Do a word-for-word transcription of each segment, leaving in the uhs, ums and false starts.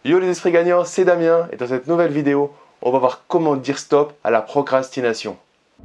Yo les esprits gagnants, c'est Damien et dans cette nouvelle vidéo, on va voir comment dire stop à la procrastination.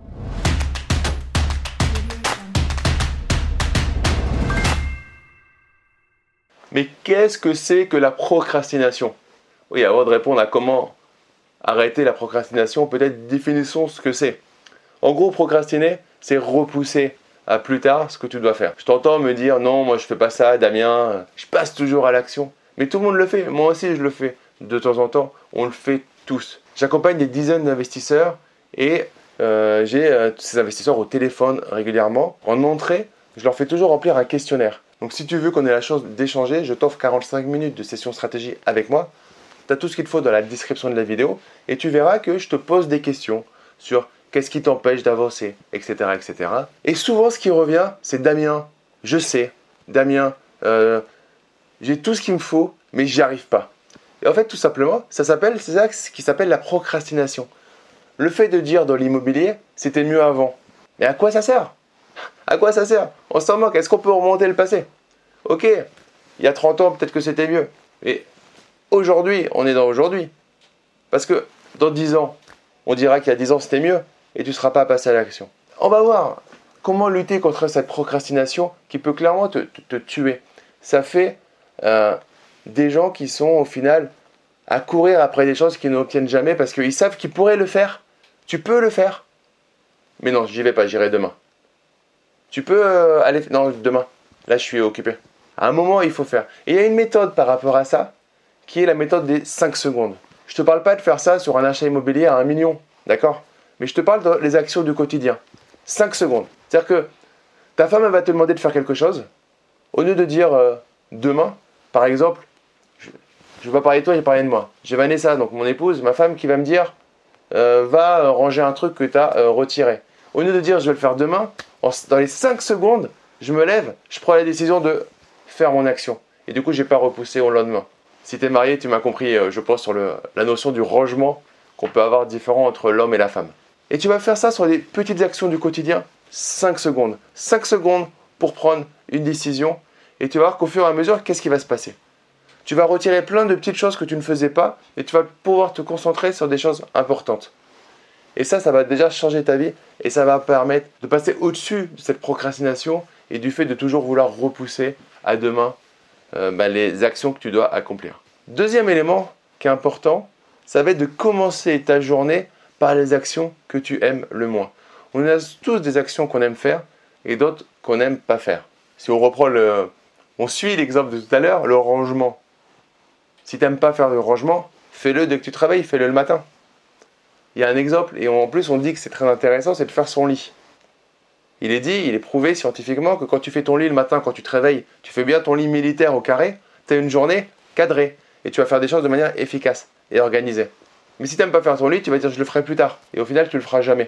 Mais qu'est-ce que c'est que la procrastination? Oui, avant de répondre à comment arrêter la procrastination, peut-être définissons ce que c'est. En gros, procrastiner, c'est repousser à plus tard ce que tu dois faire. Je t'entends me dire non, moi je fais pas ça, Damien, je passe toujours à l'action. Mais tout le monde le fait, moi aussi je le fais. De temps en temps, on le fait tous. J'accompagne des dizaines d'investisseurs et euh, j'ai euh, ces investisseurs au téléphone régulièrement. En entrée, je leur fais toujours remplir un questionnaire. Donc si tu veux qu'on ait la chance d'échanger, je t'offre quarante-cinq minutes de session stratégie avec moi. Tu as tout ce qu'il te faut dans la description de la vidéo et tu verras que je te pose des questions sur qu'est-ce qui t'empêche d'avancer, et cetera, et cetera. Et souvent, ce qui revient, c'est Damien, je sais, Damien, euh, j'ai tout ce qu'il me faut, mais j'y arrive pas. Et en fait, tout simplement, ça s'appelle, c'est ça qui s'appelle la procrastination. Le fait de dire dans l'immobilier, c'était mieux avant. Mais à quoi ça sert? À quoi ça sert? On s'en moque. Est-ce qu'on peut remonter le passé? Ok, il y a trente ans, peut-être que c'était mieux. Mais aujourd'hui, on est dans aujourd'hui. Parce que dans dix ans, on dira qu'il y a dix ans, c'était mieux. Et tu ne seras pas passé à l'action. On va voir comment lutter contre cette procrastination qui peut clairement te, te, te tuer. Ça fait euh, des gens qui sont au final à courir après des choses qu'ils n'obtiennent jamais parce qu'ils savent qu'ils pourraient le faire. Tu peux le faire. Mais non, j'y vais pas, j'irai demain. Tu peux euh, aller... Non, demain. Là, je suis occupé. À un moment, il faut faire. Et il y a une méthode par rapport à ça qui est la méthode des cinq secondes. Je ne te parle pas de faire ça sur un achat immobilier à un million. D'accord ? Mais je te parle des actions du quotidien. cinq secondes. C'est-à-dire que ta femme elle va te demander de faire quelque chose. Au lieu de dire euh, demain, par exemple, je ne vais pas parler de toi, je vais parler de moi. J'ai Vanessa, donc mon épouse, ma femme qui va me dire euh, va ranger un truc que tu as euh, retiré. Au lieu de dire je vais le faire demain, en, dans les cinq secondes, je me lève, je prends la décision de faire mon action. Et du coup, je n'ai pas repoussé au lendemain. Si tu es marié, tu m'as compris, euh, je pense, sur le, la notion du rangement qu'on peut avoir différent entre l'homme et la femme. Et tu vas faire ça sur des petites actions du quotidien, cinq secondes. cinq secondes pour prendre une décision. Et tu vas voir qu'au fur et à mesure, qu'est-ce qui va se passer? Tu vas retirer plein de petites choses que tu ne faisais pas et tu vas pouvoir te concentrer sur des choses importantes. Et ça, ça va déjà changer ta vie et ça va permettre de passer au-dessus de cette procrastination et du fait de toujours vouloir repousser à demain euh, bah, les actions que tu dois accomplir. Deuxième élément qui est important, ça va être de commencer ta journée par les actions que tu aimes le moins. On a tous des actions qu'on aime faire et d'autres qu'on n'aime pas faire. Si on reprend le, on suit l'exemple de tout à l'heure, le rangement. Si tu n'aimes pas faire le rangement, fais-le dès que tu travailles, fais-le le matin. Il y a un exemple et en plus on dit que c'est très intéressant, c'est de faire son lit. Il est dit, il est prouvé scientifiquement que quand tu fais ton lit le matin, quand tu te réveilles, tu fais bien ton lit militaire au carré, tu as une journée cadrée et tu vas faire des choses de manière efficace et organisée. Mais si tu n'aimes pas faire ton lit, tu vas dire je le ferai plus tard. Et au final, tu ne le feras jamais.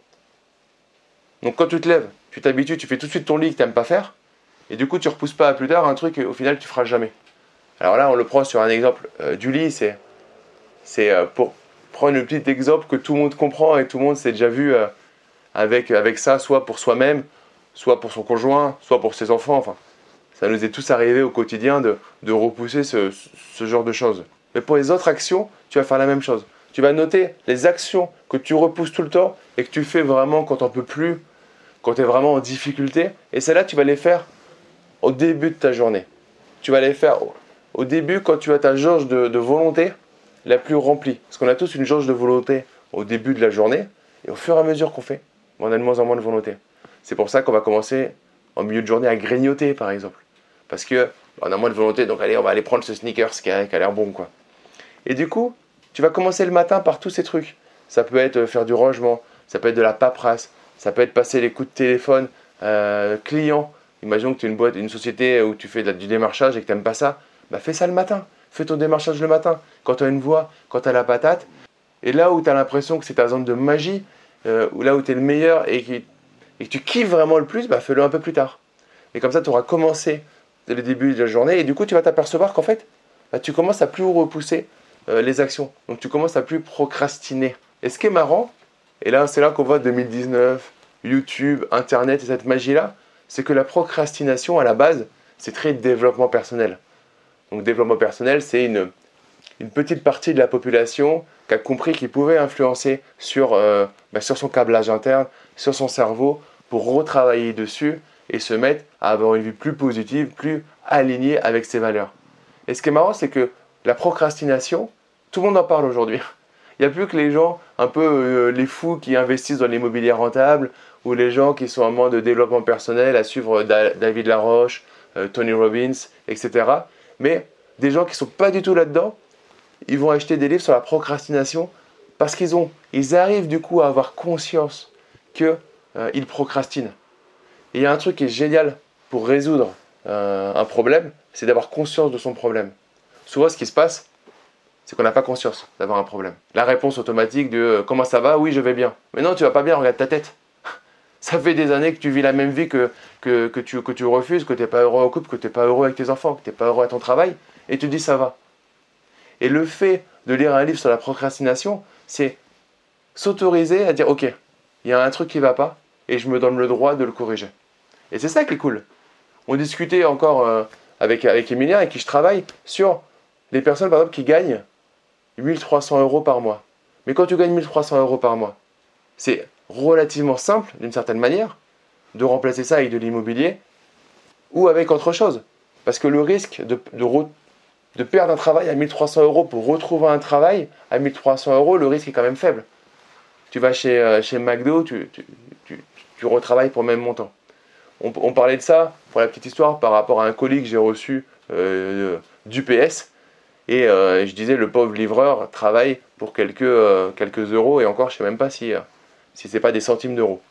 Donc quand tu te lèves, tu t'habitues, tu fais tout de suite ton lit que tu n'aimes pas faire. Et du coup, tu ne repousses pas à plus tard un truc et au final, tu ne feras jamais. Alors là, on le prend sur un exemple euh, du lit. C'est, c'est euh, pour prendre le petit exemple que tout le monde comprend et tout le monde s'est déjà vu euh, avec, avec ça, soit pour soi-même, soit pour son conjoint, soit pour ses enfants. Enfin, ça nous est tous arrivé au quotidien de, de repousser ce, ce genre de choses. Mais pour les autres actions, tu vas faire la même chose. Tu vas noter les actions que tu repousses tout le temps et que tu fais vraiment quand tu n'en peux plus, quand tu es vraiment en difficulté. Et celles-là, tu vas les faire au début de ta journée. Tu vas les faire au, au début quand tu as ta jauge de, de volonté la plus remplie. Parce qu'on a tous une jauge de volonté au début de la journée. Et au fur et à mesure qu'on fait, on a de moins en moins de volonté. C'est pour ça qu'on va commencer en milieu de journée à grignoter, par exemple. Parce qu'on a moins de volonté, donc allez, on va aller prendre ce sneakers qui a, qui a l'air bon, quoi. Et du coup, tu vas commencer le matin par tous ces trucs. Ça peut être faire du rangement, ça peut être de la paperasse, ça peut être passer les coups de téléphone euh, client. Imaginons que tu es une boîte, une société où tu fais de, du démarchage et que tu n'aimes pas ça. Bah fais ça le matin. Fais ton démarchage le matin. Quand tu as une voix, quand tu as la patate. Et là où tu as l'impression que c'est ta zone de magie, euh, ou là où tu es le meilleur et que, et que tu kiffes vraiment le plus, bah fais-le un peu plus tard. Et comme ça, tu auras commencé dès le début de la journée. Et du coup, tu vas t'apercevoir qu'en fait, bah, tu commences à plus repousser Euh, les actions. Donc tu commences à plus procrastiner. Et ce qui est marrant, et là c'est là qu'on voit deux mille dix-neuf, YouTube, Internet et cette magie-là, c'est que la procrastination à la base, c'est très développement personnel. Donc développement personnel, c'est une, une petite partie de la population qui a compris qu'il pouvait influencer sur, euh, bah, sur son câblage interne, sur son cerveau, pour retravailler dessus et se mettre à avoir une vie plus positive, plus alignée avec ses valeurs. Et ce qui est marrant, c'est que la procrastination, tout le monde en parle aujourd'hui. Il n'y a plus que les gens, un peu euh, les fous qui investissent dans l'immobilier rentable, ou les gens qui sont en mode de développement personnel, à suivre Da- David Laroche, euh, Tony Robbins, et cetera. Mais des gens qui ne sont pas du tout là-dedans, ils vont acheter des livres sur la procrastination parce qu'ils ont, ils arrivent du coup à avoir conscience qu'ils euh, procrastinent. Et il y a un truc qui est génial pour résoudre euh, un problème, c'est d'avoir conscience de son problème. Souvent, ce qui se passe, c'est qu'on n'a pas conscience d'avoir un problème. La réponse automatique de euh, « Comment ça va ? Oui, je vais bien. » Mais non, tu vas pas bien, regarde ta tête. Ça fait des années que tu vis la même vie que, que, que, tu, que tu refuses, que tu n'es pas heureux au couple, que tu n'es pas heureux avec tes enfants, que tu n'es pas heureux à ton travail, et tu te dis « ça va ». Et le fait de lire un livre sur la procrastination, c'est s'autoriser à dire « ok, il y a un truc qui ne va pas, et je me donne le droit de le corriger ». Et c'est ça qui est cool. On discutait encore euh, avec, avec Emilia, avec qui je travaille, sur les personnes par exemple qui gagnent mille trois cents euros par mois. Mais quand tu gagnes mille trois cents euros par mois, c'est relativement simple, d'une certaine manière, de remplacer ça avec de l'immobilier ou avec autre chose. Parce que le risque de, de, re, de perdre un travail à mille trois cents euros pour retrouver un travail à mille trois cents euros, le risque est quand même faible. Tu vas chez, euh, chez McDo, tu, tu, tu, tu retravailles pour le même montant. On, on parlait de ça, pour la petite histoire, par rapport à un colis que j'ai reçu euh, d'U P S. Et euh, je disais, le pauvre livreur travaille pour quelques, euh, quelques euros, et encore, je ne sais même pas si, euh, si ce n'est pas des centimes d'euros.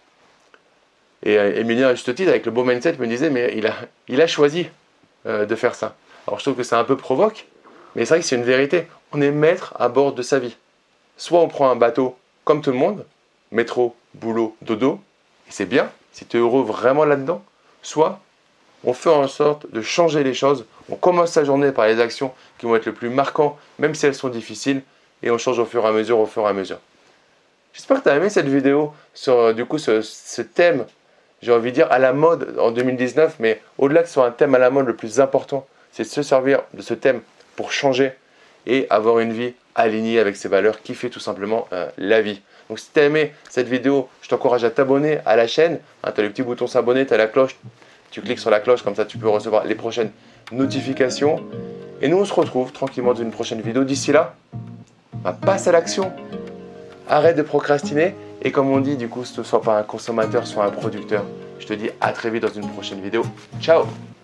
Et euh, Emilien, à juste titre, avec le beau mindset, me disait, mais il a, il a choisi euh, de faire ça. Alors je trouve que c'est un peu provoque, mais c'est vrai que c'est une vérité. On est maître à bord de sa vie. Soit on prend un bateau comme tout le monde, métro, boulot, dodo, et c'est bien, si tu es heureux vraiment là-dedans. Soit on fait en sorte de changer les choses, on commence sa journée par les actions qui vont être le plus marquantes, même si elles sont difficiles, et on change au fur et à mesure, au fur et à mesure. J'espère que tu as aimé cette vidéo sur du coup ce, ce thème, j'ai envie de dire à la mode en deux mille dix-neuf, mais au-delà que ce soit un thème à la mode, le plus important, c'est de se servir de ce thème pour changer et avoir une vie alignée avec ses valeurs, qui fait tout simplement euh, la vie. Donc si tu as aimé cette vidéo, je t'encourage à t'abonner à la chaîne. Hein, tu as le petit bouton s'abonner, tu as la cloche, tu cliques sur la cloche, comme ça tu peux recevoir les prochaines notifications. Et nous on se retrouve tranquillement dans une prochaine vidéo. D'ici là, bah, passe à l'action. Arrête de procrastiner. Et comme on dit, du coup, ne sois pas un consommateur, sois un producteur. Je te dis à très vite dans une prochaine vidéo. Ciao!